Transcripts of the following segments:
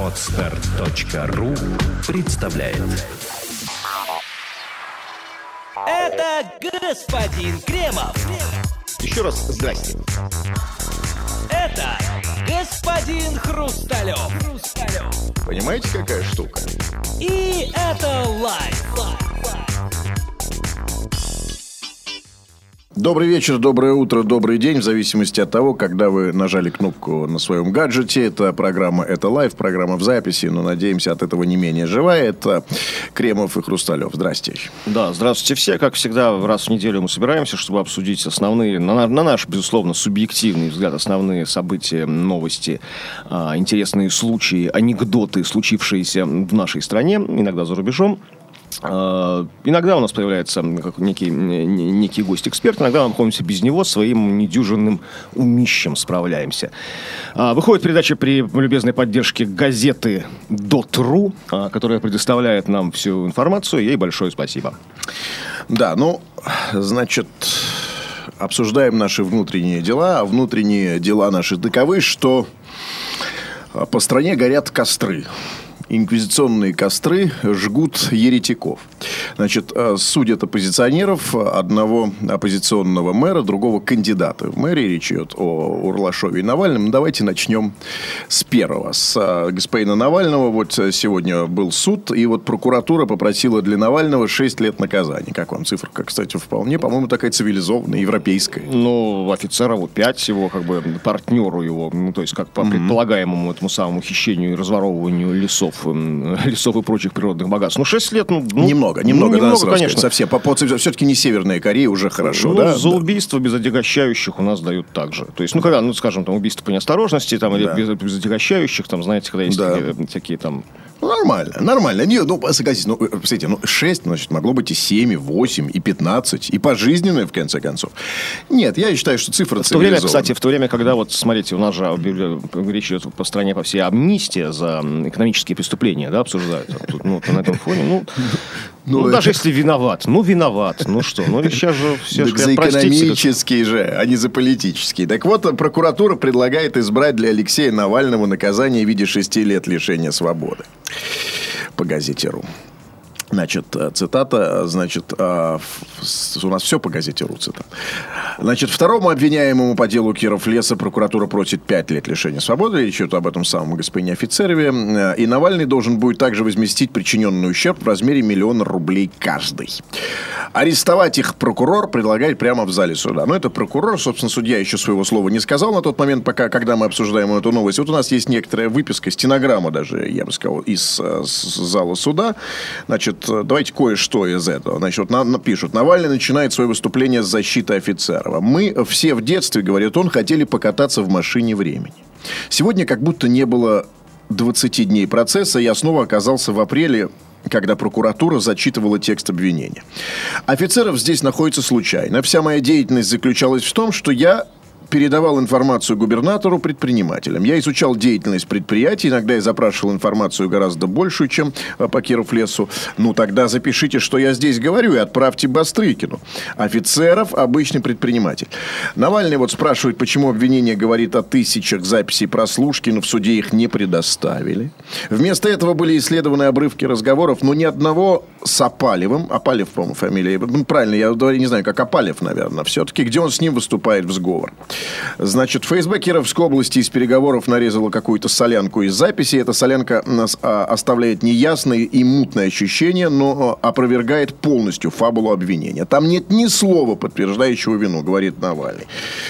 Podster.ru представляет. Это господин Кремов. Еще раз здрасте. Это господин Хрусталев. Понимаете, какая штука? И это лайв. Добрый вечер, доброе утро, добрый день, в зависимости от того, когда вы нажали кнопку на своем гаджете. Это программа «Это лайв», программа в записи, но, надеемся, от этого не менее живая. Это Кремов и Хрусталев. Здрасте. Да, здравствуйте все. Как всегда, раз в неделю мы собираемся, чтобы обсудить основные, на наш, безусловно, субъективный взгляд, основные события, новости, интересные случаи, анекдоты, случившиеся в нашей стране, иногда за рубежом. Иногда у нас появляется некий гость-эксперт, иногда мы обходимся без него, своим недюжинным умищем справляемся. Выходит передача при любезной поддержке газеты .ру, которая предоставляет нам всю информацию. Ей большое спасибо. Да, значит, обсуждаем наши внутренние дела. А внутренние дела наши таковы, что по стране горят костры. Инквизиционные костры жгут еретиков. Значит, судят оппозиционеров, одного оппозиционного мэра, другого кандидата в мэрии. Речь идет о Урлашове и Навальном. Давайте начнем с первого. С господина Навального. Вот сегодня был суд, и вот прокуратура попросила для Навального 6 лет наказания. Как вам цифра? Кстати, вполне, по-моему, такая цивилизованная, европейская. Офицерову 5, его партнеру его, то есть как по предполагаемому этому самому хищению и разворовыванию лесов и прочих природных богатств. 6 лет, Немного, конечно. Совсем. Все-таки не Северная Корея, уже хорошо, да? За убийство без отягощающих у нас дают так же. То есть, когда, убийство по неосторожности, или без отягощающих, когда есть такие Нормально. Согласитесь, посмотрите, 6, значит, могло быть и 7, и 8, и 15, и пожизненное, в конце концов. Нет, я считаю, что цифра цивилизованная. В то время, когда, смотрите, у нас же речь идет по стране по всей амнистия за экономические преступления, да, обсуждают. Тут, на этом фоне, даже если виноват. Сейчас же все за экономические же, а не за политические. Так вот, прокуратура предлагает избрать для Алексея Навального наказание в виде 6 лет лишения свободы. По газете .ру. Значит, цитата, у нас все по газете .ру, цитата. Значит, второму обвиняемому по делу Киров-Леса прокуратура просит 5 лет лишения свободы. Речь идет об этом самом господине Офицерове. И Навальный должен будет также возместить причиненный ущерб в размере 1 000 000 рублей каждый. Арестовать их прокурор предлагает прямо в зале суда. Но это прокурор, собственно, судья еще своего слова не сказал на тот момент, когда мы обсуждаем эту новость. Вот у нас есть некоторая выписка, стенограмма даже, я бы сказал, из зала суда. Значит, давайте кое-что из этого. Значит, пишут: Навальный начинает свое выступление с защиты Офицерова. Мы все в детстве, говорит он, хотели покататься в машине времени. Сегодня как будто не было 20 дней процесса. Я снова оказался в апреле, когда прокуратура зачитывала текст обвинения. Офицеров здесь находится случайно. Вся моя деятельность заключалась в том, что я передавал информацию губернатору, предпринимателям. Я изучал деятельность предприятий. Иногда я запрашивал информацию гораздо большую, чем по Киров-Лесу. Тогда запишите, что я здесь говорю, и отправьте Бастрыкину. Офицеров – обычный предприниматель. Навальный спрашивает, почему обвинение говорит о тысячах записей прослушки, но в суде их не предоставили. Вместо этого были исследованы обрывки разговоров, но ни одного с Апалевым. Апалев, по-моему, фамилия. Правильно, я не знаю, как Апалев, наверное, все-таки. Где он с ним выступает в сговор. Значит, ФСБ Кировской области из переговоров нарезала какую-то солянку из записи. Эта солянка нас оставляет неясное и мутное ощущение, но опровергает полностью фабулу обвинения. Там нет ни слова, подтверждающего вину, говорит Навальный.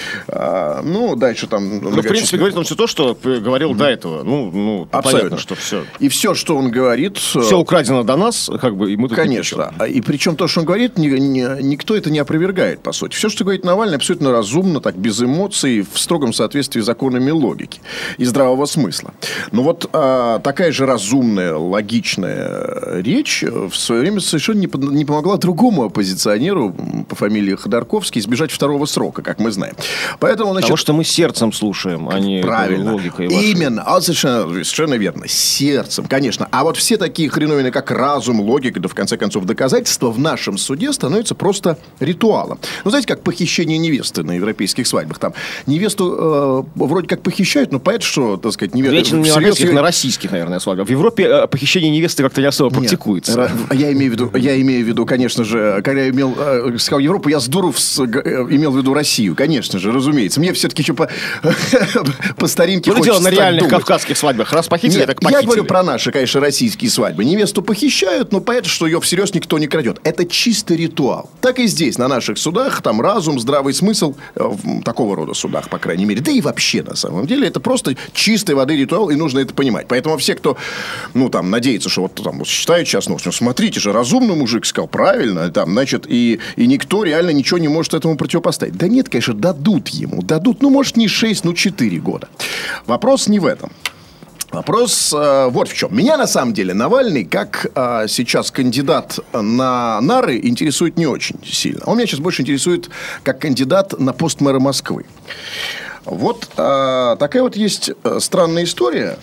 Дальше там... в принципе, говорит он все то, что говорил до этого. Абсолютно. Понятно, что все. И все, что он говорит... Все украдено до нас, и мы тут... Конечно. И причем то, что он говорит, никто это не опровергает, по сути. Все, что говорит Навальный, абсолютно разумно, так, без эмоций, в строгом соответствии с законами логики и здравого смысла. Но такая же разумная, логичная речь в свое время совершенно не помогла другому оппозиционеру по фамилии Ходорковский избежать 2-го срока, как мы знаем. Поэтому, потому что мы сердцем слушаем, а не логикой. Именно. Совершенно верно. Сердцем, конечно. А вот все такие хреновины, как разум, логика, да в конце концов, доказательства, в нашем суде становится просто ритуалом. Ну, знаете, как похищение невесты на европейских свадьбах. Там невесту вроде как похищают, но понятно, что, так сказать, невеста... Не европейских, на российских, наверное, свадьбах. В Европе похищение невесты как-то не особо практикуется. Я имею в виду, конечно же, когда я сказал Европу, я здорово имел в виду Россию, конечно же, разумеется. Мне все-таки еще по старинке хочется дело на реальных думать. Кавказских свадьбах. Раз похитили, так похитили. Я говорю про наши, конечно, российские свадьбы. Невесту похищают, но понятно, что ее всерьез никто не крадет. Это чистый ритуал. Так и здесь, на наших судах, там разум, здравый смысл, в такого рода судах, по крайней мере. Да и вообще, на самом деле, это просто чистой воды ритуал, и нужно это понимать. Поэтому все, кто, надеется, что считают сейчас, смотрите же, разумный мужик сказал, правильно, там, значит, и никто реально ничего не может этому противопоставить. Да нет, конечно, дадут ему, может, не 6, 4 года. Вопрос не в этом. Вопрос вот в чем. Меня, на самом деле, Навальный, как сейчас кандидат на нары, интересует не очень сильно. Он меня сейчас больше интересует как кандидат на пост мэра Москвы. Вот такая вот есть странная история,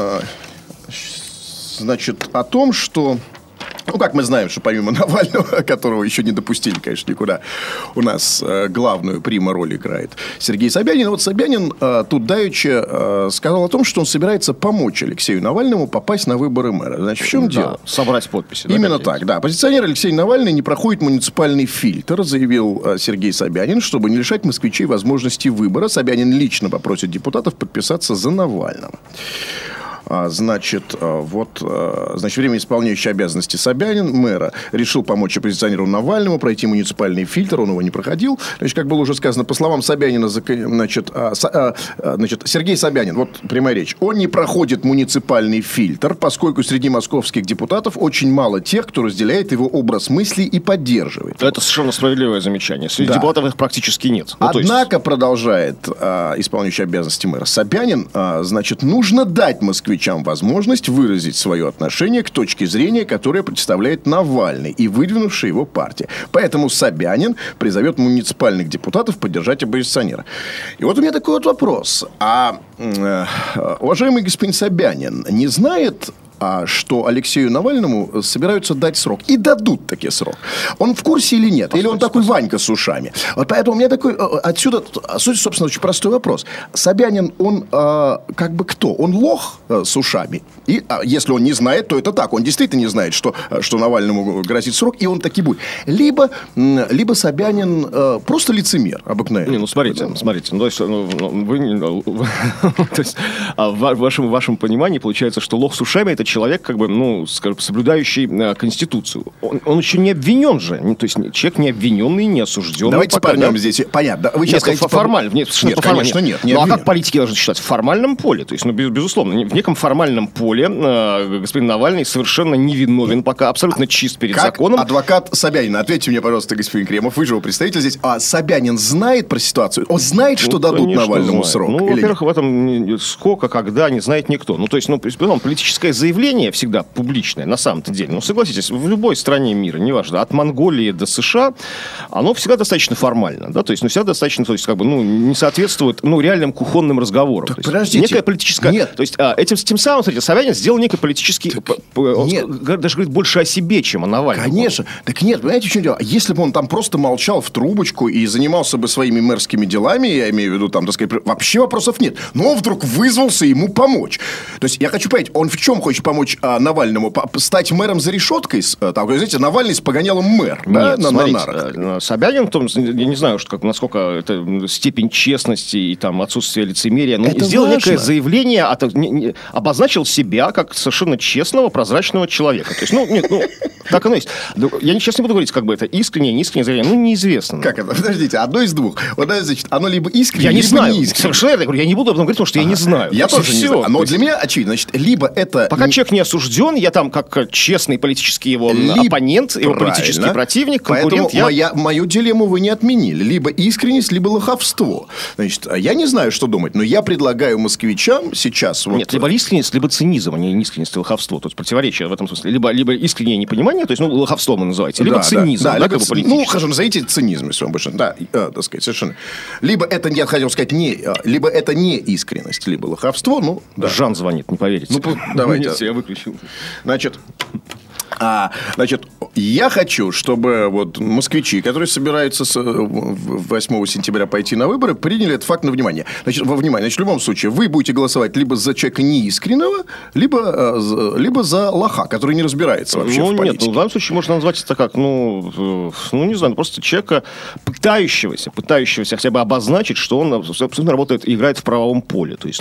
значит, о том, что... как мы знаем, что помимо Навального, которого еще не допустили, конечно, никуда, у нас главную прима-роль играет Сергей Собянин. Вот Собянин тут давеча сказал о том, что он собирается помочь Алексею Навальному попасть на выборы мэра. Значит, в чем дело? Собрать подписи. Именно так, да. Оппозиционер Алексей Навальный не проходит муниципальный фильтр, заявил Сергей Собянин, чтобы не лишать москвичей возможности выбора. Собянин лично попросит депутатов подписаться за Навального. Значит, время исполняющий обязанности Собянин, мэра, решил помочь оппозиционеру Навальному пройти муниципальный фильтр, он его не проходил. Значит, как было уже сказано, по словам Собянина, Сергей Собянин, вот прямая речь, он не проходит муниципальный фильтр, поскольку среди московских депутатов очень мало тех, кто разделяет его образ мыслей и поддерживает. Это совершенно справедливое замечание. Среди депутатов их практически нет. Однако, продолжает исполняющий обязанности мэра Собянин, нужно дать москвичам возможность выразить свое отношение к точке зрения, которая представляет Навальный и выдвинувшая его партия. Поэтому Собянин призовет муниципальных депутатов поддержать оппозиционера. И вот у меня такой вот вопрос. Уважаемый господин Собянин не знает, что Алексею Навальному собираются дать срок? И дадут таки срок. Он в курсе или нет? Или он такой Ванька с ушами? Вот поэтому у меня такой... Отсюда, собственно, очень простой вопрос. Собянин, он кто? Он лох с ушами? И если он не знает, то это так. Он действительно не знает, что Навальному грозит срок, и он таки будет. Либо Собянин просто лицемер обыкновенный. Смотрите. В вашем понимании получается, что лох с ушами — это человек, соблюдающий Конституцию. Он еще не обвинен же. То есть человек не обвиненный, не осужденный. Давайте погнем здесь. Понятно. Вы сейчас хотите формально. Нет, конечно, нет. А как политики должны считать? В формальном поле. То есть, безусловно, в неком формальном поле господин Навальный совершенно невиновен, пока абсолютно чист перед законом. Адвокат Собянина. Ответьте мне, пожалуйста, господин Кремов. Вы же его представитель здесь. А Собянин знает про ситуацию? Он знает, что дадут Навальному срок? Во-первых, в этом сколько, когда, не знает никто. Политическое заявление всегда публичное, на самом-то деле. Согласитесь, в любой стране мира, неважно, от Монголии до США, оно всегда достаточно формально, да, то есть, всегда достаточно, не соответствует, реальным кухонным разговорам. Так, подождите. Некая политическая... Нет. То есть, тем самым, смотрите, Собянин сделал некий политический... даже говорит больше о себе, чем о Навальном. Конечно. Так нет, понимаете, в чем дело? Если бы он там просто молчал в трубочку и занимался бы своими мэрскими делами, я имею в виду, вообще вопросов нет. Но он вдруг вызвался ему помочь. То есть, я хочу понять, он в чем хочет помочь Навальному? Стать мэром за решеткой? Знаете, Навальный с погонялом мэр. Нет, на нарах. Собянин, я не знаю, насколько это степень честности и отсутствие лицемерия, но сделал некое заявление, обозначил себя как совершенно честного, прозрачного человека. То есть, так оно есть. Я сейчас не буду говорить, это искреннее, неискреннее заявление. Неизвестно. Как это? Подождите, одно из двух. Оно либо искреннее, либо неискреннее. Я не знаю. Совершенно я говорю, я не буду об этом говорить, потому что я не знаю. Я тоже не знаю. Но для меня очевидно. Либо это... Пока человек не осужден, я как честный политический его оппонент, его политический противник, конкурент. Поэтому мою дилемму вы не отменили. Либо искренность, либо лоховство. Значит, я не знаю, что думать, но я предлагаю москвичам сейчас... Нет, либо искренность, либо цинизм, а не искренность и лоховство. То есть противоречие в этом смысле. Либо искреннее непонимание, то есть лоховство вы называете, либо цинизм. Хорошо, назовите цинизм, если вам больше... Да, так сказать, совершенно. Либо это, я хотел сказать, либо это не искренность, либо лоховство, Жан звонит, не поверите. Давайте. Я выключил. Значит, Значит, я хочу, чтобы вот москвичи, которые собираются 8 сентября пойти на выборы, приняли этот факт на внимание. Значит, в любом случае, вы будете голосовать либо за человека неискреннего, либо за лоха, который не разбирается вообще в политике. Нет, в данном случае можно назвать это как, не знаю, просто человека, пытающегося хотя бы обозначить, что он абсолютно работает и играет в правовом поле. То есть,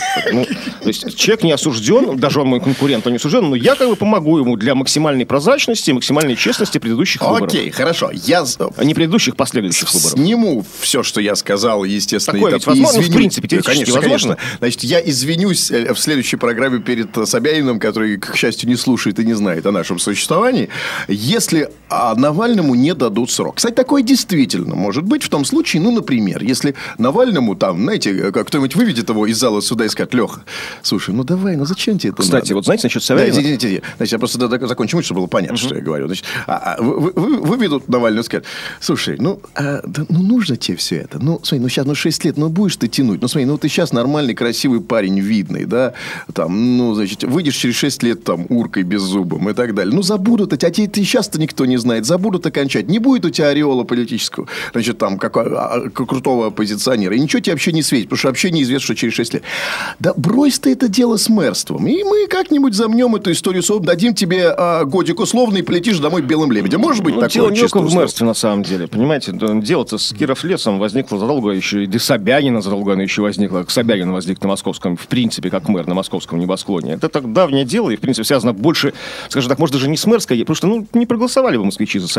то есть человек не осужден, даже он мой конкурент, он не осужден, но я как бы помогу ему для максимальной прозрачности и максимальной честности предыдущих выборов. Окей, хорошо. Не предыдущих, последующих выборов. Сниму все, что я сказал, естественно. Такое ведь возможно, в принципе, теоретически возможно. Значит, я извинюсь в следующей программе перед Собяниным, который, к счастью, не слушает и не знает о нашем существовании, если Навальному не дадут срок. Кстати, такое действительно может быть в том случае, например, если Навальному там, знаете, кто-нибудь выведет его из зала суда и скажет: Леха, слушай, давай, зачем тебе это Кстати, надо? Вот знаете, насчет Собянина... Извините, значит, я просто закончу мысль, чтобы было понятно, что я говорю. Значит, выведут Навального и скажут: слушай, нужно тебе все это. Смотри, сейчас 6 лет, будешь ты тянуть. Смотри, ты сейчас нормальный, красивый парень, видный, да? Там, значит, выйдешь через 6 лет там уркой беззубым и так далее. Забудут о тебе, ты сейчас-то никто не знает, забудут окончать. Не будет у тебя ореола политического, значит, там, крутого оппозиционера. И ничего тебе вообще не светит, потому что вообще неизвестно, что через 6 лет. Да брось ты это дело с мэрством. И мы как-нибудь замнем эту историю, дадим тебе годик условный, и полетишь домой белым лебедем. Может быть, такое дело чисто не в мэрстве, на самом деле. Понимаете, дело-то с Киров-лесом возникло задолго еще, и Собянина задолго оно еще возникло. Собянин возник на московском, в принципе, как мэр на московском небосклоне. Это так давнее дело, и, в принципе, связано больше, скажем так, может, даже не с мэрской, потому что, не проголосовали бы москвичи за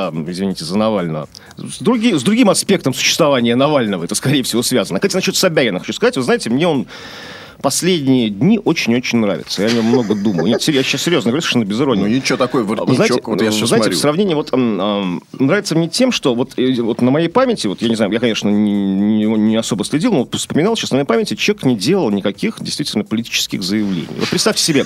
Навального. С другим аспектом существования Навального это, скорее всего, связано. Кстати, насчет Собянина хочу сказать, вы знаете, мне он последние дни очень-очень нравится. Я о нем много думаю. Нет, я сейчас серьезно говорю, совершенно без иронии. Ничего такой воротничок. Знаете, я знаете, в сравнении, нравится мне тем, что вот на моей памяти, я не знаю, я, конечно, не особо следил, но вспоминал, сейчас на моей памяти человек не делал никаких действительно политических заявлений. Вот представьте себе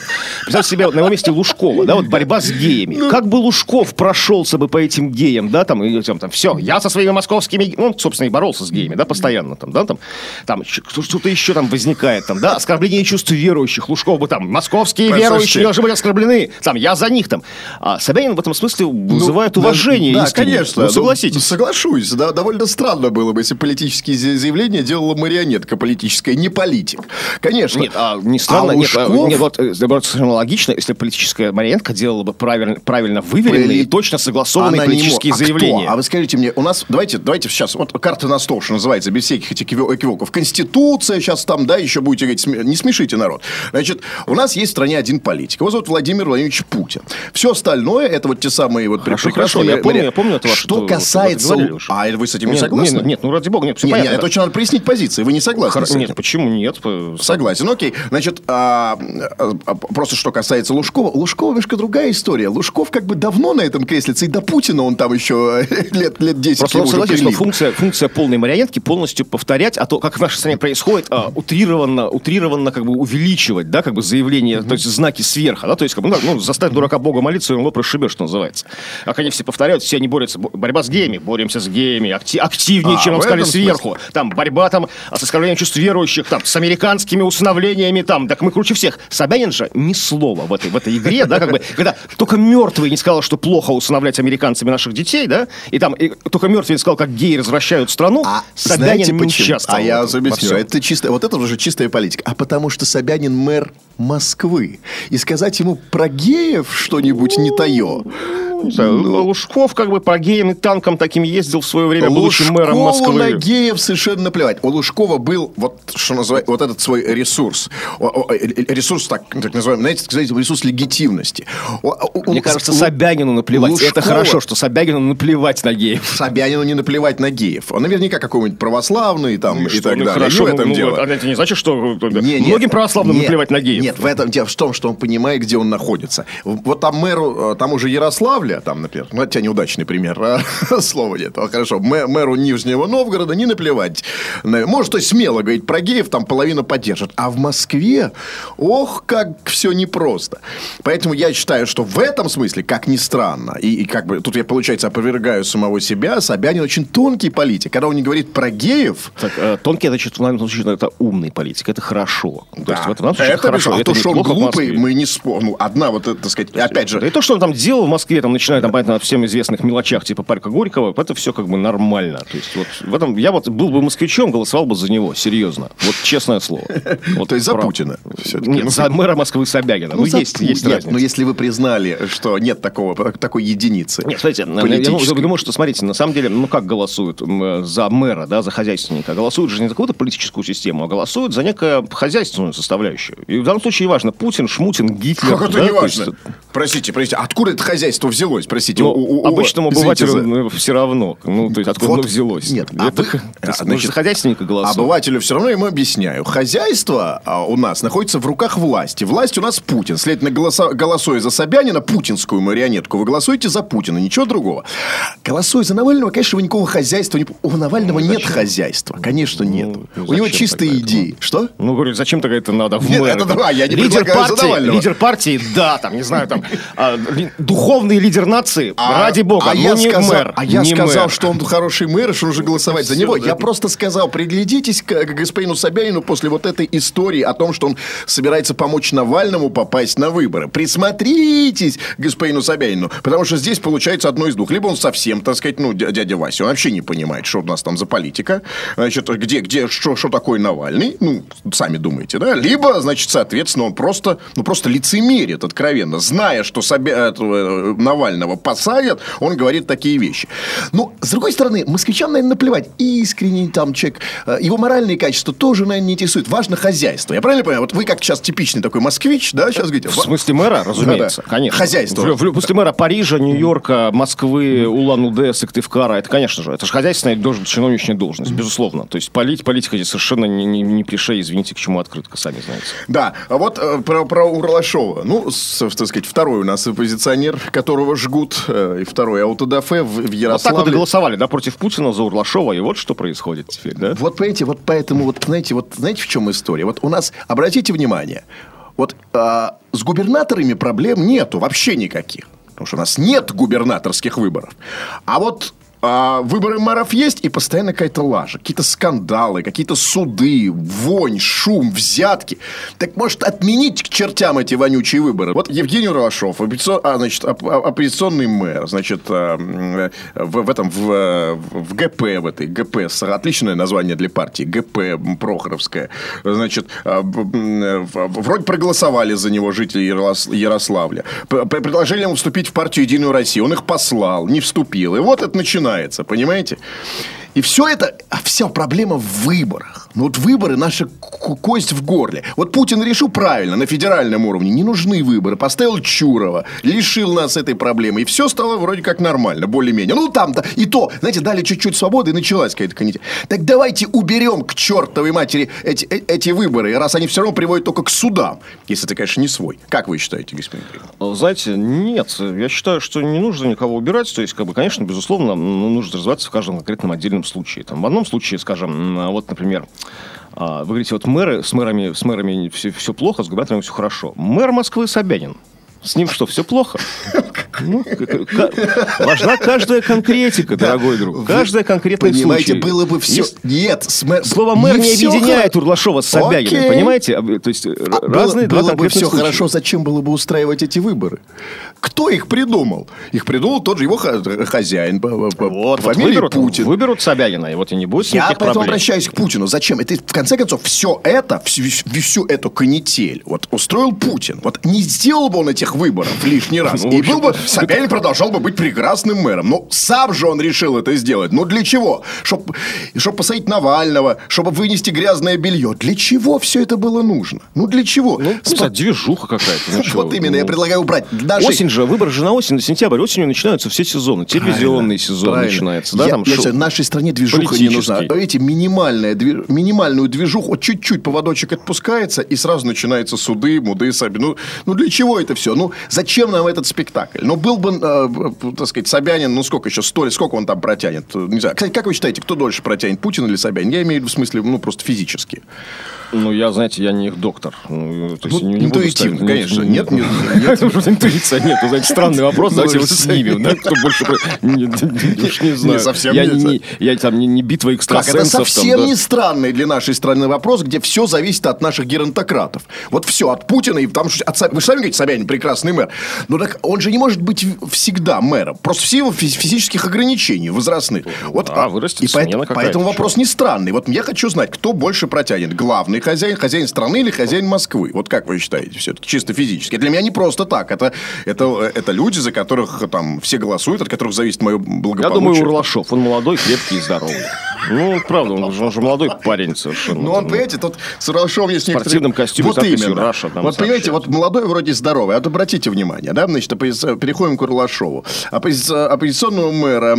на его месте Лужкова, да, вот борьба с геями. Как бы Лужков прошелся бы по этим геям, да, там все, я со своими московскими, он, собственно, и боролся с геями, да, постоянно, там что-то еще там возникает, там, да, оскорбление чувств верующих. Лужков бы там: московские верующие должны быть оскорблены. Я за них там. А Собянин в этом смысле вызывает уважение. Да, конечно. Согласитесь. Соглашусь. Да, довольно странно было бы, если политические заявления делала марионетка политическая, не политик. Конечно. Нет, не странно. Наоборот, совершенно логично, если политическая марионетка делала бы правильно выверенные и точно согласованные политические заявления. А вы скажите мне, у нас, давайте сейчас, вот карта на стол, что называется, без всяких этих экивоков. Конституция сейчас там, да, еще будете говорить, не смешите народ. Значит, у нас есть в стране один политик. Его зовут Владимир Владимирович Путин. Все остальное, это вот те самые вот прекрасные... Я помню это. Что касается... вы с этим не согласны? Нет, ради бога, нет, все понятно. Это очень надо прояснить позиции. Вы не согласны с этим? Нет, почему нет? Согласен, окей. Значит, просто что касается Лужкова. Лужкова немножко другая история. Лужков как бы давно на этом креслице, и до Путина он там еще лет 10 просто согласен, что функция полной марионетки полностью повторять, а то, как в нашей стране происходит, утрированно как бы увеличивать, да, как бы заявления, то есть знаки сверха, да, то есть как бы, заставь дурака Бога молиться, и он лоб расшибет, что называется. Как они все повторяют, все они борются, борьба с геями, боремся с геями, активнее, чем нам сказали сверху. Там борьба с оскорблением чувств верующих, там, с американскими усыновлениями, там, так мы круче всех. Собянин же ни слова в этой игре, да, как бы, когда только мертвый не сказал, что плохо усыновлять американцами наших детей, да, и только мертвый не сказал, как геи развращают страну, Собянин не участвовал. Я объясню, это чисто, вот это уже чистая политика. А потому что Собянин мэр Москвы. И сказать ему про геев что-нибудь не тае. Лужков как бы по геям и танкам таким ездил в свое время, будучи мэром Москвы. Лужкову на геев совершенно наплевать. У Лужкова был что называется, вот этот свой ресурс. Ресурс, так называемый, знаете, ресурс легитимности. Мне кажется, Собянину наплевать. Лужкова... Это хорошо, что Собянину наплевать на геев. Собянину не наплевать на геев. Он наверняка какой-нибудь православный там, и так далее. Хорошо, это не значит, что многим православным наплевать на геев. Нет, в том, что он понимает, где он находится. Вот там мэру, там уже Ярославля, нельзя там, например. Ну, хотя неудачный пример, слова нет. Хорошо, мэру Нижнего Новгорода не наплевать. Может, то есть смело говорить про геев, там половина поддержит. А в Москве, ох, как все непросто. Поэтому я считаю, что в этом смысле, как ни странно, и как бы тут я, получается, опровергаю самого себя, Собянин очень тонкий политик. Когда он не говорит про геев... Так, тонкий, значит, в данном случае, это умный политик, это хорошо. Да. То есть, в этом случае это хорошо. А это то, что он глупый, мы мы не спорим. Ну, одна вот, так сказать, опять же... Да и то, что он там делал в Москве, там, начиная, там, понятно, от всем известных мелочах, типа парка Горького, это все как бы нормально. То есть, вот в этом... Я вот был бы москвичом, голосовал бы за него, серьезно. Вот честное слово. Вот, то есть за Путина? Нет, за мэра Москвы Собянина. Ну, есть разница. Но если вы признали, что нет такой единицы. Нет, смотрите, я думаю, что, смотрите, на самом деле, ну, как голосуют за мэра, да, за хозяйственника? Голосуют же не за какую-то политическую систему, а голосуют за некую хозяйственную составляющую. И в данном случае важно, Путин, Шмутин, Гитлер. Как это да, не важно? Простите, откуда это хозяйство взялось? Простите, обычному обывателю все равно. Ну, то есть, откуда оно взялось? Нет, значит, хозяйственника голосуют. Обывателю все равно ему объясняю. Хозяйство у нас находится в руках власти. Власть у нас Путин. Следовательно, голосуя за Собянина, путинскую марионетку, вы голосуете за Путина, ничего другого. Голосуя за Навального, конечно, вы никакого хозяйства не... У Навального нет хозяйства. Конечно, нет. У него чистые идеи. Что? Ну, говорю, зачем тогда это надо в Нет, мэры? это да, я не предлагаю за Навального. Лидер партии, да, там, не знаю, там, духовный лидер нации, ради бога, но не мэр. А я сказал, что он хороший мэр, что нужно голосовать за него. Я просто сказал, приглядитесь к господину Собянину после вот этой истории о том, что он собирается помочь Навальному попасть на выборы. Присмотритесь к господину Собянину, потому что здесь получается одно из двух. Либо он совсем, так сказать, ну, дядя Вася, он вообще не понимает, что у нас там за политика, значит, что такое Навальный, ну, сами думаете, да? Либо, значит, соответственно, он просто лицемерит откровенно, зная, что Навального посадят, он говорит такие вещи. Но, с другой стороны, москвичам, наверное, наплевать. Искренний там человек, его моральные качества тоже, наверное, не интересуют. Важно хозяйство. Я правильно понимаю? Вот вы как сейчас типичный такой москвич, да, сейчас говорите? В смысле мэра, разумеется, да. Конечно. Хозяйство. После мэра Парижа, Нью-Йорка, Москвы, Улан-Удэ, Сыктывкара, это, конечно же, это же хозяйственная чиновничная должность, безусловно. То есть политика здесь совершенно не клише, извините, к чему открытка, сами знаете. Да, а вот про Урлашова. Ну, так сказать, второй у нас оппозиционер, которого жгут, и второй аутодафе в Ярославле. Вот так вот и голосовали, да, против Путина за Урлашова, и вот что происходит теперь, да? Вот понимаете, вот поэтому, знаете, в чем история? Вот у нас, обратите внимание, вот с губернаторами проблем нету вообще никаких. Потому что у нас нет губернаторских выборов. А вот выборы мэров есть, и постоянно какая-то лажа. Какие-то скандалы, какие-то суды, вонь, шум, взятки. Так может отменить к чертям эти вонючие выборы? Вот Евгений Урлашов, оппозиционный мэр, значит, в ГП, в этой ГП, отличное название для партии, ГП Прохоровская, значит, вроде проголосовали за него жители Ярославля. Предложили ему вступить в партию «Единую Россию». Он их послал, не вступил. И вот это начинается. Понимаете? И все это, вся проблема в выборах. Ну вот выборы наша кость в горле. Вот Путин решил правильно, на федеральном уровне. Не нужны выборы. Поставил Чурова, лишил нас этой проблемы. И все стало вроде как нормально, более-менее. Ну там-то и то, знаете, дали чуть-чуть свободы, и началась какая-то канитель. Так давайте уберем к чертовой матери эти выборы, раз они все равно приводят только к судам. Если это, конечно, не свой. Как вы считаете, господин Кремов? Знаете, нет. Я считаю, что не нужно никого убирать. То есть, как бы, конечно, безусловно, нужно развиваться в каждом конкретном отдельном случае. Там, в одном случае, скажем, вот, например, вы говорите, вот мэры, с мэрами все плохо, с губернаторами все хорошо. Мэр Москвы Собянин. С ним что, все плохо? Важна каждая конкретика, дорогой друг. Каждая конкретная случай. Понимаете, было бы все... Нет, слово «мэр» не объединяет Урлашова с Собяниным, понимаете? То есть разные два конкретных случая. Было бы все хорошо, зачем было бы устраивать эти выборы? Кто их придумал? Их придумал тот же его хозяин по фамилии Путин. Выберут Собянина, и вот и не будет никаких проблем. Я поэтому обращаюсь к Путину. Зачем? Это, в конце концов, всю эту канитель вот устроил Путин. Вот не сделал бы он этих выборов лишний раз. И был бы Собянин продолжал бы быть прекрасным мэром. Но сам же он решил это сделать. Ну для чего? Чтобы посадить Навального, чтобы вынести грязное белье. Для чего все это было нужно? Ну для чего? Движуха какая-то. Вот именно, я предлагаю убрать. Осень выборы же на осень, на сентябрь. Осенью начинаются все сезоны. Телевизионный сезон начинается. Да, Я считаю, нашей стране движуха не нужна. Видите, минимальную движуху, вот чуть-чуть поводочек отпускается, и сразу начинаются суды, муды, Собянин. Ну, для чего это все? Ну, зачем нам этот спектакль? Ну, был бы, так сказать, Собянин, ну, сколько еще, сколько он там протянет? Не знаю. Кстати, как вы считаете, кто дольше протянет, Путин или Собянин? Я имею в виду в смысле, ну, просто физически. Ну, я, знаете, я не их доктор. Ну, то есть, не интуитивно, буду ставить, конечно. Нет. Интуиция нет. Знаете, странный вопрос, давайте его снимем. Да? Кто больше... Не знаю. Я там не битва экстрасенсов. Это совсем не странный для нашей страны вопрос, где все зависит от наших геронтократов. Вот все, от Путина и потому что... Вы же сами говорите, Собянин прекрасный мэр. Но так он же не может быть всегда мэром. Просто в силу физических ограничений возрастных. Вот, вырастет смена какая-то. Поэтому вопрос не странный. Вот я хочу знать, кто больше протянет. Главный хозяин страны или хозяин Москвы? Вот как вы считаете все-таки, чисто физически? Для меня не просто так. Это люди, за которых там все голосуют, от которых зависит мое благополучие. Я думаю, Урлашов. Он молодой, крепкий и здоровый. Ну, правда, он же молодой парень совершенно. Ну, он, понимаете, тут с Урлашовым есть некоторые... В спортивном костюме. Вот именно. Раша, вот, понимаете, вот молодой вроде здоровый. Вот обратите внимание, да, значит, переходим к Урлашову. Оппозиционного мэра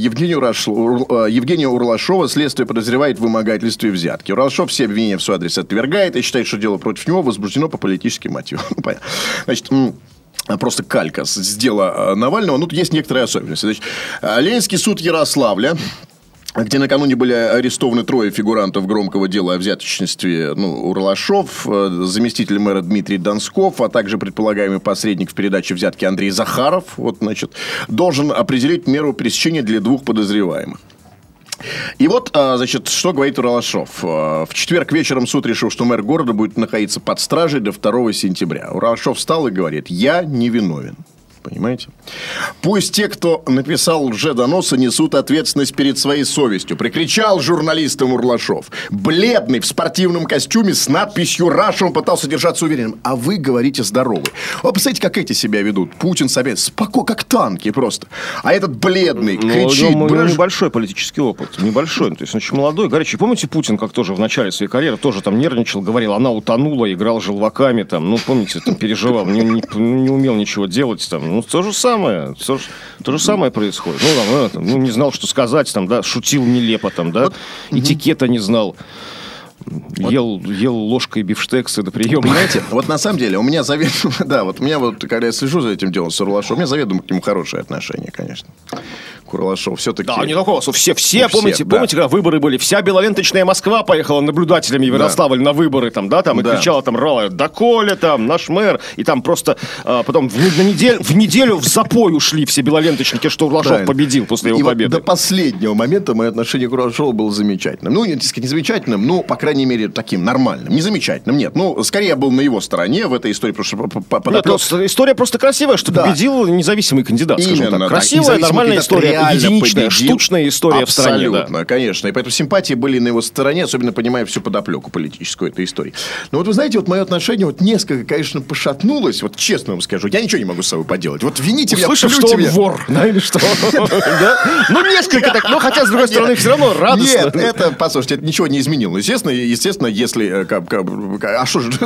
Евгения Урлашова следствие подозревает в вымогательстве и взятке. Урлашов все обвинения в свой адрес отвергает и считает, что дело против него возбуждено по политическим мотивам. Значит... Просто калька с дела Навального. Ну, тут есть некоторые особенности. Значит, Ленинский суд Ярославля, где накануне были арестованы 3 фигурантов громкого дела о взяточничестве, Урлашов, заместитель мэра Дмитрий Донсков, а также предполагаемый посредник в передаче взятки Андрей Захаров, вот, значит, должен определить меру пресечения для 2 подозреваемых. И вот, значит, что говорит Урлашов. В четверг вечером суд решил, что мэр города будет находиться под стражей до 2 сентября. Урлашов встал и говорит: я не виновен. Понимаете? Пусть те, кто написал лжедоносы, несут ответственность перед своей совестью. Прикричал журналистам Урлашов. Бледный, в спортивном костюме, с надписью «Раша», он пытался держаться уверенным. А вы говорите здоровый. Вот представляете, как эти себя ведут. Путин, Собянин, спокойно, как танки просто. А этот бледный кричит. У него небольшой политический опыт. Небольшой. То есть он очень молодой, горячий. Помните, Путин, как тоже в начале своей карьеры, тоже там нервничал, говорил, она утонула, играл желваками. Там, ну, помните, там переживал, не умел ничего делать. Там. Ну, то же самое происходит. Ну, не знал, что сказать, там, да, шутил нелепо, там, да, вот, этикета не знал. Ел ложкой бифштексы до приема. Понимаете, вот на самом деле у меня заведомо, да, вот у меня вот, когда я слежу за этим делом с Урлашовым, у меня заведомо к нему хорошее отношение, конечно. Урлашов все-таки... Да, не такого, все, помните, когда выборы были, вся белоленточная Москва поехала наблюдателями в Ярославль на выборы, там, да, там, и кричала, там, рала, доколе, там, наш мэр, и там просто потом в неделю в запой ушли все белоленточники, что Урлашов победил после его победы. Вот до последнего момента мое отношение к Урлашову было замечательным. Ну, не замечательным, но, по крайней мере, таким нормальным. Не замечательным, нет. Ну, скорее я был на его стороне в этой истории, потому что... История просто красивая, что победил независимый кандидат, скажем так. Красивая, нормальная история. Единичная, штучная история в стране. Абсолютно, конечно. И поэтому симпатии были на его стороне, особенно понимая всю подоплеку политическую этой истории. Но вот вы знаете, вот мое отношение вот несколько, конечно, пошатнулось. Вот честно вам скажу, я ничего не могу с собой поделать. Вот вините меня, услышав, что он вор, да, или что? Ну, несколько так, но хотя, с другой стороны, все равно радостно. Нет, это, послушайте, это ничего не изменило. Естественно, если... А что же?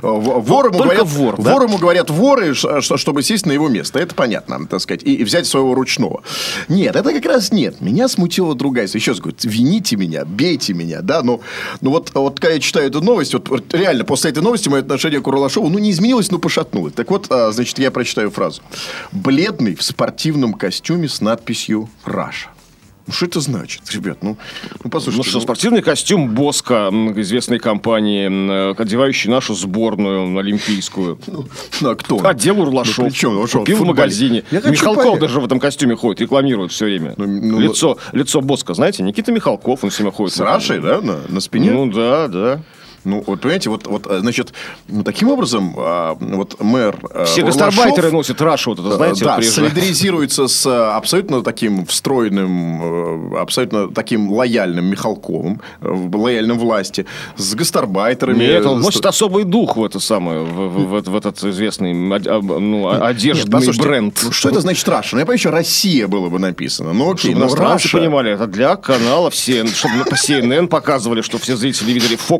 Ворому говорят воры, чтобы сесть на его место. Это понятно, так сказать. И взять своего ручного. Нет, это как раз нет. Меня смутила другая история. Еще раз говорю, вините меня, бейте меня, да, но вот когда я читаю эту новость, вот реально после этой новости мое отношение к Урлашову, не изменилось, но пошатнулось. Так вот, значит, я прочитаю фразу. Бледный в спортивном костюме с надписью «Раша». Ну, что это значит, ребят? Ну послушайте. Ну что, спортивный костюм Боско, известной компании, одевающий нашу сборную олимпийскую. А кто? Отдел Урлашов. Купил в магазине. Михалков даже в этом костюме ходит, рекламирует все время. Лицо Боско, знаете, Никита Михалков, он все время ходит. С Рашей, да, на спине? Ну, да. Ну, вот, понимаете, значит, таким образом, вот мэр все гастарбайтеры носят Рашу, вот это, знаете, да, солидаризируется с абсолютно таким встроенным, абсолютно таким лояльным Михалковым, лояльным власти, с гастарбайтерами. Нет, он носит особый дух в это самое, в этот известный одеждный бренд. Ну, что это значит Раша? Ну, я понимаю, еще Россия было бы написано. Ну, окей, чтобы иностранцы понимали, это для каналов, чтобы по CNN показывали, что все зрители видели Fox News,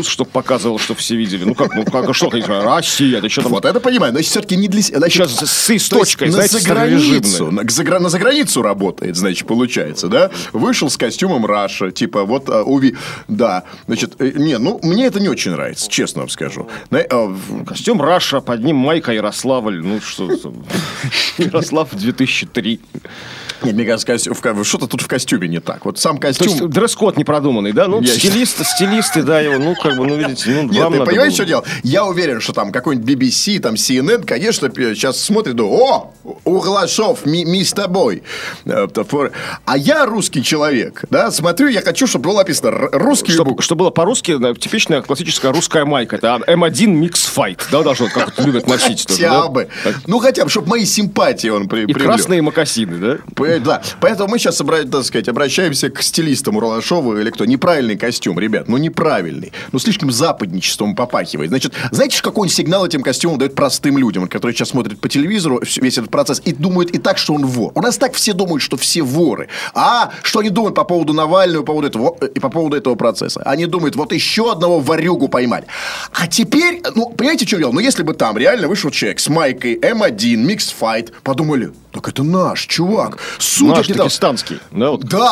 Союз, чтобы показывал, чтобы все видели. Ну как, что, конечно, Россия, это что там? Вот это понимаю, но все-таки не для... Сейчас с точкой, знаете, на заграницу работает, значит, получается, да? Вышел с костюмом Раша, типа, вот, да, значит, мне это не очень нравится, честно вам скажу. Костюм Раша, под ним майка Ярославль, ну что там, Ярослав 2003. Нет, мне кажется, что-то тут в костюме не так. Вот сам костюм... То есть дресс-код непродуманный, да? Ну, стилисты, да, его, ну, как бы, ну, видите, ну, нет, ты понимаешь, что дело? Я уверен, что там какой-нибудь BBC, там CNN, конечно, сейчас смотрит, думаю, Углашов, мы с тобой. А я русский человек, да, смотрю, я хочу, чтобы было написано русский букв. Чтобы было по-русски, типичная классическая русская майка. Это М1 Mix Fight, да, даже как это любят носить. Хотя бы. Ну, хотя бы, чтобы мои симпатии он привлек. И красные мокасины, да? Да, поэтому мы сейчас, так сказать, обращаемся к стилистам Урлашову или кто. Неправильный костюм, ребят, неправильный. Слишком западничеством попахивает. Значит, знаете, какой сигнал этим костюмом дает простым людям, которые сейчас смотрят по телевизору весь этот процесс и думают и так, что он вор. У нас так все думают, что все воры. А что они думают по поводу Навального, по поводу этого процесса? Они думают, вот еще одного ворюгу поймали. А теперь, понимаете, что дело? Если бы там реально вышел человек с майкой М1, Mixed Fight, подумали, так это наш чувак. Наш дагестанский. Да,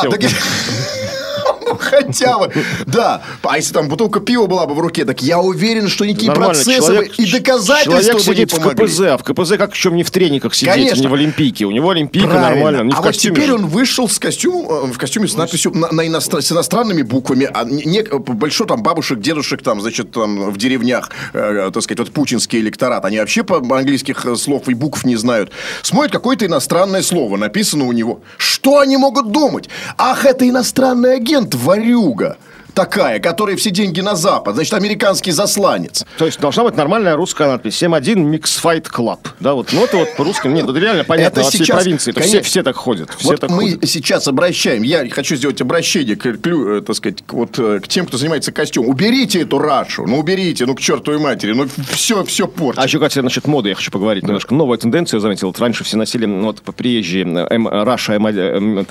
хотя бы, да. А если там бутылка пива была бы в руке, так я уверен, что никакие процессы и доказательства бы не помогли. Человек сидит в КПЗ, как в чем не в трениках сидеть, конечно. Не в Олимпийке. У него Олимпийка нормально, не в костюме. Вот теперь он вышел с костюмом, в костюме с надписью с иностранными буквами, большой там бабушек, дедушек там, значит, там в деревнях, так сказать, вот путинский электорат, они вообще английских слов и букв не знают. Смотрят какое-то иностранное слово, написано у него. Что они могут думать? Ах, это иностранный агент, ворюга такая, которая все деньги на Запад. Значит, американский засланец. То есть должна быть нормальная русская надпись. 7.1 Mix Fight Club. Да, вот, это вот по-русски. Нет, это реально понятно во всей провинции. Все так ходят. Мы сейчас обращаем. Я хочу сделать обращение так сказать, к тем, кто занимается костюмом. Уберите эту Рашу. Уберите, к чертовой матери. Все портит. А еще, кстати, насчет моды я хочу поговорить немножко. Новая тенденция, я заметил. Вот раньше все носили приезжие Раша М1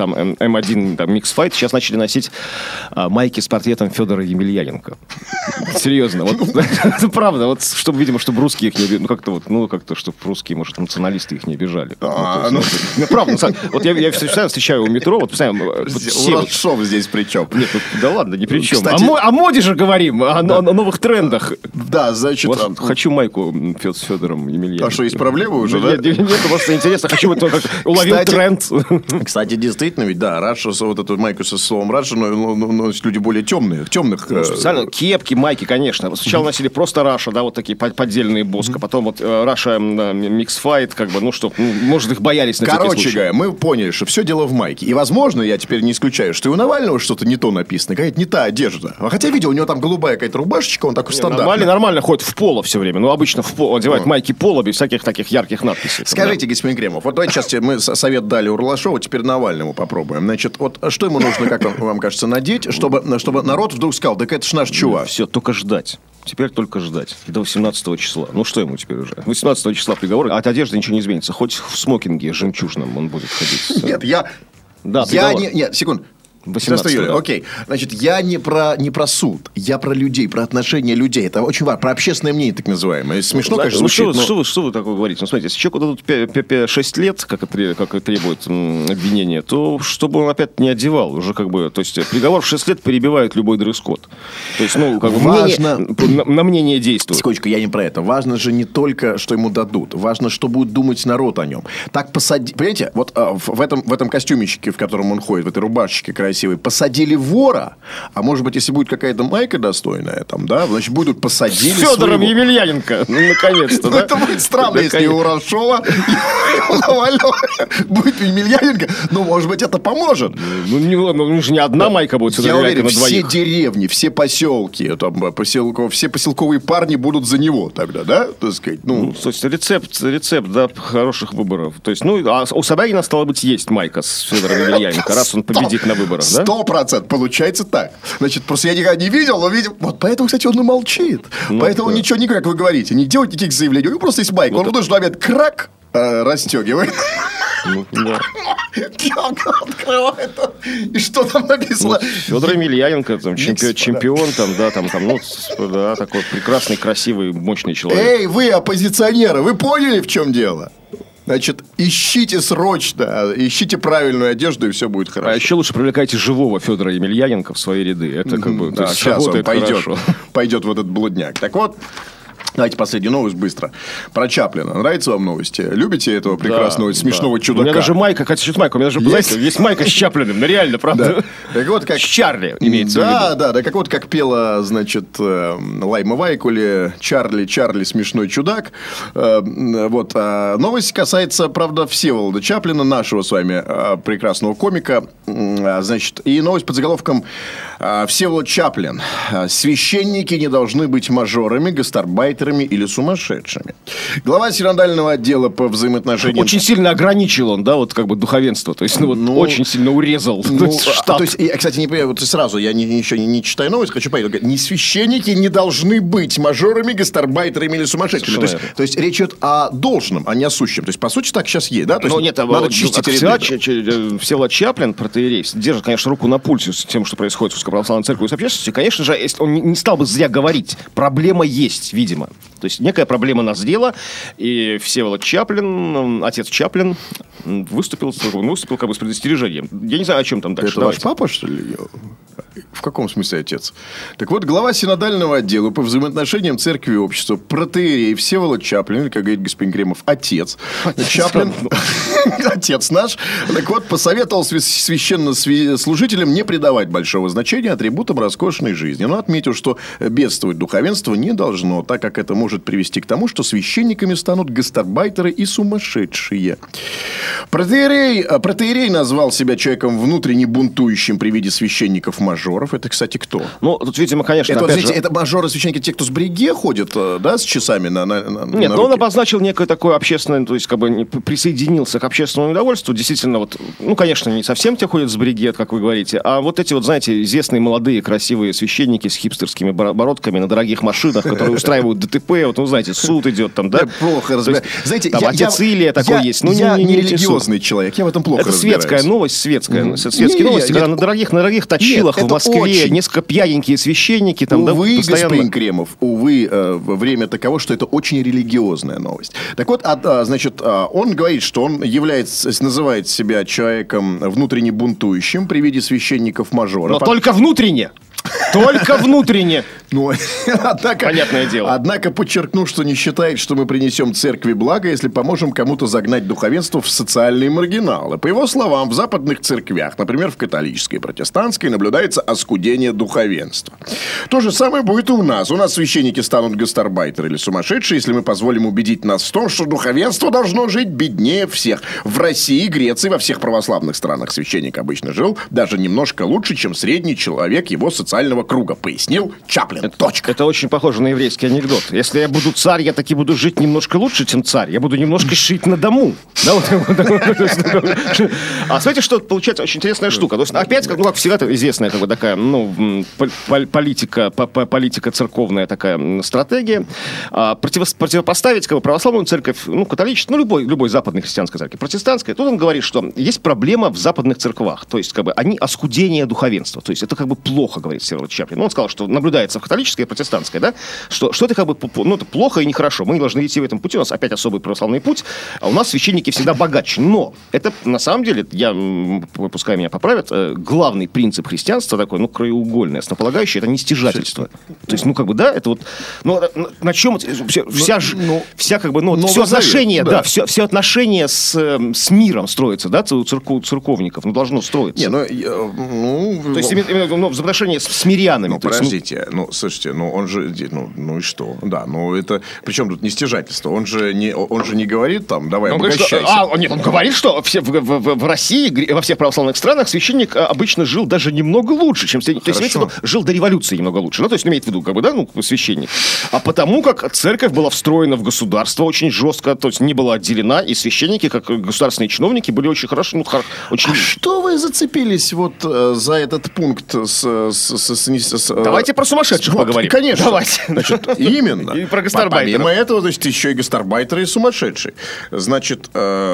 Mix Fight. Сейчас начали носить майки с портретом Федора Емельяненко. Серьезно. Это правда. Чтобы, видимо, чтобы русские их не обижали. Как-то, чтобы русские, может, националисты их не обижали. Правда. Вот я встречаю у метро, Урашов здесь при чем? Нет, да ладно, ни при чем. О моде же говорим, о новых трендах. Да, значит... Хочу майку с Федором Емельяненко. А что, есть проблемы уже, да? Нет, просто интересно. Хочу уловил тренд. Кстати, действительно, ведь, да, Раша, вот эту майку со словом Раша, носят люди более темных. Специально кепки, майки, конечно. Сначала носили просто Раша, да, вот такие поддельные боска. Потом вот Раша Mix Fight, может, их боялись на всякий случай. Короче говоря, мы поняли, что все дело в майке. И, возможно, я теперь не исключаю, что и у Навального что-то не то написано, какая-то не та одежда. Хотя видел, у него там голубая какая-то рубашечка, он такой стандартный. Нормально ходит в поло все время. Обычно в поло одевает майки поло без всяких таких ярких надписей. Скажите, господин Кремов, вот давайте сейчас мы совет дали Урлашову, теперь Навальному попробуем. Значит, вот что ему нужно, как вам кажется, надеть, чтобы народ вдруг сказал, так это ж наш чувак. Все, только ждать. Теперь только ждать. До 18 числа. Что ему теперь уже? 18 числа приговор. От одежды ничего не изменится. Хоть в смокинге жемчужном он будет ходить. Нет, Нет, секунду. 18, да. Окей. Значит, я не про суд. Я про людей, про отношения людей. Это очень важно. Про общественное мнение, так называемое. Смешно, конечно, звучит. Что вы такое говорите? Смотрите, если человеку дадут 6 лет, как требует обвинение, то чтобы он опять не одевал. Уже то есть приговор в 6 лет перебивает любой дресс-код. То есть, важно... на мнение действует. Секундочку, я не про это. Важно же не только, что ему дадут. Важно, что будет думать народ о нем. Так понимаете, вот в этом костюмчике, в котором он ходит, в этой рубашечке красивой, посадили вора, а может быть, если будет какая-то майка достойная, там, да, значит, будут посадили с Федором Емельяненко, наконец-то, да? Это будет странно, если у Урашова и у Навального будет Емельяненко, может быть, это поможет. Же не одна майка будет. Я уверен, все деревни, все поселки, все поселковые парни будут за него тогда, да, так сказать, то есть рецепт, да, хороших выборов. То есть, а у Собянина, стало быть, есть майка с Федором Емельяненко, раз он победит на выборах. 100%. Получается так. Значит, просто я никогда не видел, но видел. Вот поэтому, кстати, он и молчит. Поэтому ничего, не как вы говорите, не делать никаких заявлений. У него просто есть майка. Он в нужный момент крак расстегивает. Ну, да. Открывает. И что там написано? Федор Емельяненко, там, чемпион, там, ну, да, такой прекрасный, красивый, мощный человек. Эй, вы, оппозиционеры, вы поняли, в чем дело? Значит, ищите срочно, ищите правильную одежду, и все будет хорошо. А еще лучше привлекайте живого Федора Емельяненко в свои ряды. Это как бы... Да, сейчас он пойдет в этот блудняк. Так вот, давайте последнюю новость быстро. Про Чаплина. Нравятся вам новости? Любите этого прекрасного, смешного чудака? У меня даже майка, у меня даже, знаете, есть майка с Чаплиным. Ну, реально, правда. Да. Так вот, как... С Чарли имеется в виду. Да, как вот как пела, значит, Лайма Вайкуле, Чарли, смешной чудак. Вот. Новость касается, правда, Всеволода Чаплина, нашего с вами прекрасного комика. Значит, и новость под заголовком «Всеволод Чаплин. Священники не должны быть мажорами, гастарбайтерами или сумасшедшими». Глава синодального отдела по взаимоотношениям... Очень сильно ограничил он, да, вот как бы духовенство. То есть, очень сильно урезал штат. То есть, кстати, не понимаю, вот сразу я еще не читаю новость, хочу понять. Не священники не должны быть мажорами, гастарбайтерами или сумасшедшими. То есть, речь идет о должном, а не о сущем. То есть, по сути, так сейчас есть, да? То есть, нет, надо чистить ряды. Всеволод Чаплин, протоиерей, держит, конечно, руку на пульсе с тем, что происходит в Русской Православной Церкви и с общественностью. Конечно же, он не стал бы зря говорить. Проблема есть, видимо. То есть, некая проблема назрела, и Всеволод Чаплин, отец Чаплин, выступил как бы с предостережением. Я не знаю, о чем там дальше. Это ваш папа, что ли? В каком смысле отец? Так вот, глава синодального отдела по взаимоотношениям церкви и общества, протоиерей Всеволод Чаплин, или, как говорит господин Кремов, отец Чаплин, отец наш, так вот, посоветовал священнослужителям не придавать большого значения атрибутам роскошной жизни, но отметил, что бедствовать духовенство не должно, так как это может привести к тому, что священниками станут гастарбайтеры и сумасшедшие. Протоиерей назвал себя человеком внутренне бунтующим при виде священников-мажоров. Это, кстати, кто? Ну, тут, видимо, конечно... Это мажоры-священники, те, кто с бриге ходят, да, с часами на Нет, но он обозначил некое такое общественное, то есть, как бы присоединился к общественному удовольствию. Действительно, вот, ну, конечно, не совсем те ходят с бриге, как вы говорите, а вот эти вот, знаете, известные молодые красивые священники с хипстерскими бородками на дорогих машинах, которые устраивают ДТП, вот, ну, знаете, суд идет там, да? Плохо разбираюсь. Знаете, там отец Илия такой есть. Ну, я не религиозный человек, я в этом плохо разбираюсь. Это светская новость, светские новости, когда на дорогих точилах в Москве несколько пьяненькие священники там, увы, да, постоянно... господин Кремов, увы, время таково, что это очень религиозная новость. Так вот, значит, он говорит, что он называет себя человеком внутренне бунтующим при виде священников-мажоров. Но только внутренне! Только внутренне. Ну, однако, понятное дело. Однако подчеркнул, что не считает, что мы принесем церкви благо, если поможем кому-то загнать духовенство в социальные маргиналы. По его словам, в западных церквях, например, в католической и протестантской, наблюдается оскудение духовенства. То же самое будет и у нас. У нас священники станут гастарбайтеры или сумасшедшие, если мы позволим убедить нас в том, что духовенство должно жить беднее всех. В России, Греции, во всех православных странах священник обычно жил даже немножко лучше, чем средний человек его социального круга, пояснил Чаплин. Это очень похоже на еврейский анекдот. Если я буду царь, я таки буду жить немножко лучше, чем царь. Я буду немножко жить на дому. А смотрите, что получается очень интересная штука. То есть, опять, как всегда, известная такая, политика церковная такая стратегия. Противопоставить православную церковь, католическую, любой западной христианской церкви, протестантской. Тут он говорит, что есть проблема в западных церквах. То есть, они оскудение духовенства. То есть, это плохо, говорит Всеволод Чаплин. Он сказал, что наблюдается в католической и протестантской, да, что это это плохо и нехорошо. Мы не должны идти в этом пути. У нас опять особый православный путь, а у нас священники всегда богаче. Но это, на самом деле, пускай меня поправят, главный принцип христианства такой, краеугольный, основополагающий, это нестяжательство. То есть, это вот, на чем все отношения, все отношения с миром строятся, да, у церковников, должно строиться. То есть, именно взаимоотношения с мирянами. Подождите, слушайте, он же, и что? Да, это, причем тут нестяжательство, он же не говорит там, давай обогащайся. Нет, он говорит, что в России, во всех православных странах священник обычно жил даже немного лучше, чем средний. То есть, имеется в виду, жил до революции немного лучше. То есть, имеет в виду, священник. А потому как церковь была встроена в государство очень жестко, то есть, не была отделена, и священники, как государственные чиновники, были очень хорошо, очень... А что вы зацепились за этот пункт с Давайте про сумасшедших поговорим. Конечно. Давайте. Значит, именно. И про гастарбайтеров. Помимо этого, значит, еще и гастарбайтеры и сумасшедшие. Значит,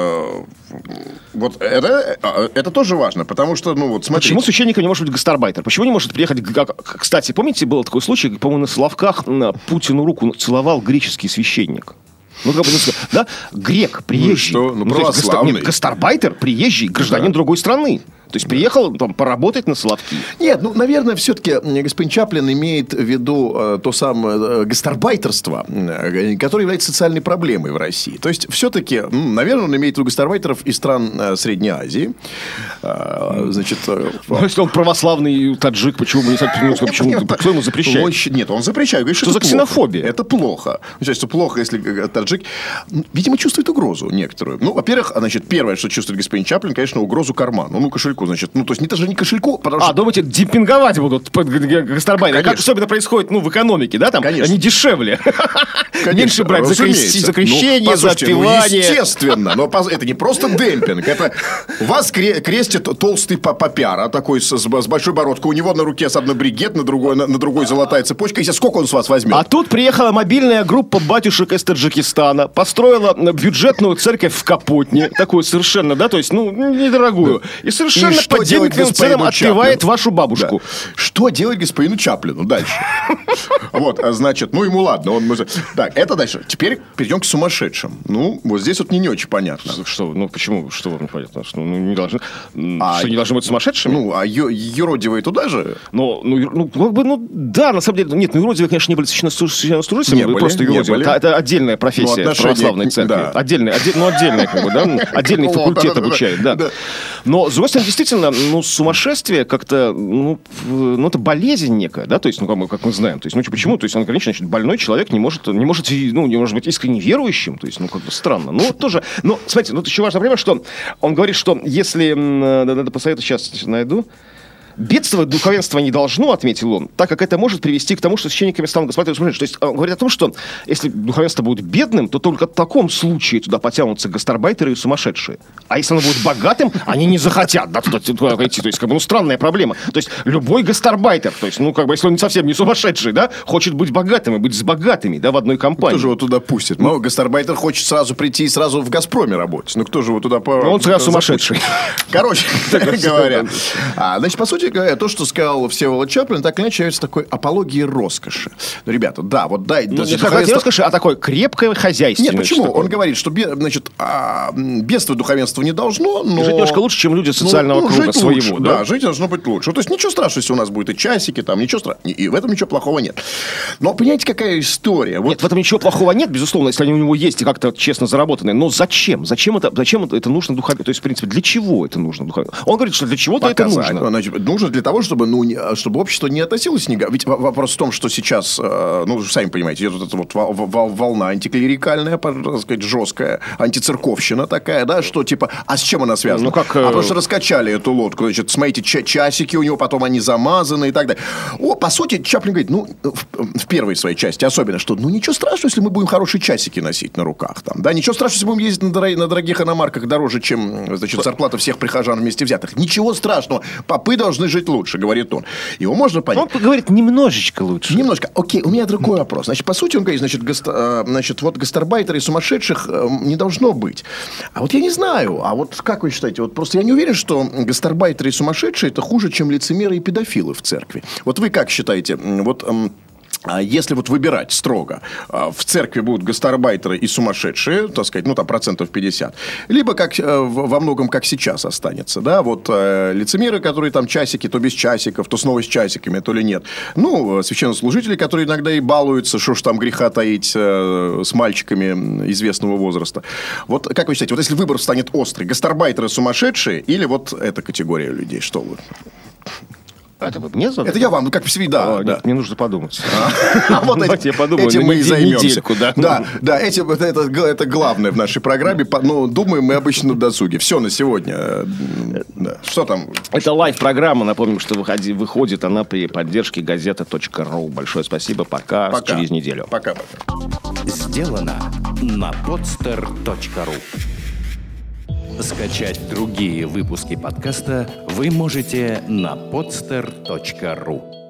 вот это тоже важно, потому что, ну вот, смотрите. Почему священником не может быть гастарбайтер? Почему не может приехать... Кстати, помните, был такой случай, по-моему, на Соловках Путину руку целовал греческий священник. Ну, как бы, да? Грек, приезжий. Ну, что? Ну, православный. Гастарбайтер, приезжий, гражданин другой страны. То есть приехал там поработать на Соловки. Нет, ну, наверное, все-таки господин Чаплин имеет в виду то самое гастарбайтерство, которое является социальной проблемой в России. То есть, все-таки, наверное, он имеет в виду гастарбайтеров из стран Средней Азии. Значит... Если он православный таджик, почему бы не сказать, кто ему запрещает? Нет, он запрещает. Говорит, что за ксенофобия? Это плохо. Значит, плохо, если таджик... Видимо, чувствует угрозу некоторую. Ну, во-первых, значит, первое, что чувствует господин Чаплин, конечно, угрозу карману. Ну, кошельку. Значит, ну, то есть, это же не кошельку, потому что... думаете, демпинговать будут гастарбайтеры? Как особенно происходит, в экономике, да, там? Конечно. Они дешевле. Конечно, меньше брать за крещение, за отпевание. Естественно, но это не просто демпинг, это вас крестит толстый попяра, такой с большой бородкой, у него на руке особенно бригет, на другой золотая цепочка, и сколько он с вас возьмет? А тут приехала мобильная группа батюшек из Таджикистана, построила бюджетную церковь в Капотне, такую совершенно, да, то есть, недорогую, и совершенно по демпинговым ценам отпевает вашу бабушку. Да. Что делать господину Чаплину дальше? Вот, значит, ну ему ладно. Так, это дальше. Теперь перейдем к сумасшедшим. Ну, вот здесь вот не очень понятно. Что? Ну, почему? Что вам непонятно? Что не должны... Что не должны быть сумасшедшими? Ну, а юродивые туда же? Да, на самом деле... Нет, юродивые, конечно, не были священнослужителями. Просто юродивые. Это отдельная профессия в православной церкви. Отдельная, как бы, да? Отдельный факультет обучает, да. Но, с другой стороны, действительно, сумасшествие как-то, это болезнь некая, да, то есть, как мы знаем, то есть, почему? То есть, он, конечно, больной человек не может быть искренне верующим, то есть, как бы странно. Смотрите, еще важно время, что он говорит, что если, надо посоветовать, сейчас найду, бедствовать духовенство не должно, отметил он, так как это может привести к тому, что священниками станут гастарбайтеры и сумасшедшие. То есть он говорит о том, что если духовенство будет бедным, то только в таком случае туда потянутся гастарбайтеры и сумасшедшие. А если оно будет богатым, они не захотят туда идти. То есть, странная проблема. То есть любой гастарбайтер, то есть, если он совсем не сумасшедший, да, хочет быть богатым и быть с богатыми, да, в одной компании. Кто же его туда пустит? Гастарбайтер хочет сразу прийти и сразу в «Газпроме» работать. Кто же его туда... Он сразу сумасшедший. Короче говоря. Значит, по сути, то, что сказал Всеволод Чаплин, так или иначе является такой апологией роскоши. Ну, ребята, да, вот дай... не роскоши, а такое крепкое хозяйственное. Нет, почему? Он говорит, что бедствовать духовенство не должно, но... Жить немножко лучше, чем люди социального круга своего. Лучше, да, жить должно быть лучше. То есть, ничего страшного, если у нас будет и часики, там, ничего страшного. И в этом ничего плохого нет. Но, понимаете, какая история? Нет, в этом ничего плохого нет, безусловно, если они у него есть и как-то честно заработанные. Но зачем? Зачем это нужно духовенству? То есть, в принципе, для чего это нужно духовенству? Он говорит, что для чего-то это нужно. Значит, нужно для того, чтобы общество не относилось негативно. Ведь вопрос в том, что сейчас, сами понимаете, идет эта вот волна антиклерикальная, так сказать, жесткая, антицерковщина такая, да, что типа, а с чем она связана? Потому что раскачали эту лодку, значит, смотрите, часики у него, потом они замазаны и так далее. По сути, Чаплин говорит, в первой своей части особенно, что, ничего страшного, если мы будем хорошие часики носить на руках, там, да, ничего страшного, если будем ездить на дорогих иномарках дороже, чем, значит, зарплата всех прихожан вместе взятых. Ничего страшного, попы должны жить лучше, говорит он. Его можно понять. Он говорит, немножечко лучше. Немножко. Окей, у меня другой вопрос. Значит, по сути, он говорит, значит, вот гастарбайтеры и сумасшедших не должно быть. А вот я не знаю. А вот как вы считаете? Вот просто я не уверен, что гастарбайтеры и сумасшедшие это хуже, чем лицемеры и педофилы в церкви. Вот вы как считаете? Вот... Если вот выбирать строго, в церкви будут гастарбайтеры и сумасшедшие, так сказать, там 50%, либо как, во многом как сейчас останется, да, вот лицемеры, которые там часики, то без часиков, то снова с часиками, то ли нет. Священнослужители, которые иногда и балуются, что ж там греха таить с мальчиками известного возраста. Вот как вы считаете, вот если выбор станет острый, гастарбайтеры сумасшедшие или вот эта категория людей, что вы? Это вы мне задали? Это я вам, как всегда. Нет, мне нужно подумать. Этим мы и займемся. Да, это главное в нашей программе. Но думаем мы обычно на досуге. Все на сегодня. Что там? Это лайв-программа. Напомним, что выходит она при поддержке газета.ру. Большое спасибо. Пока. Через неделю. Пока. Сделано на podster.ru. Скачать другие выпуски подкаста вы можете на podster.ru.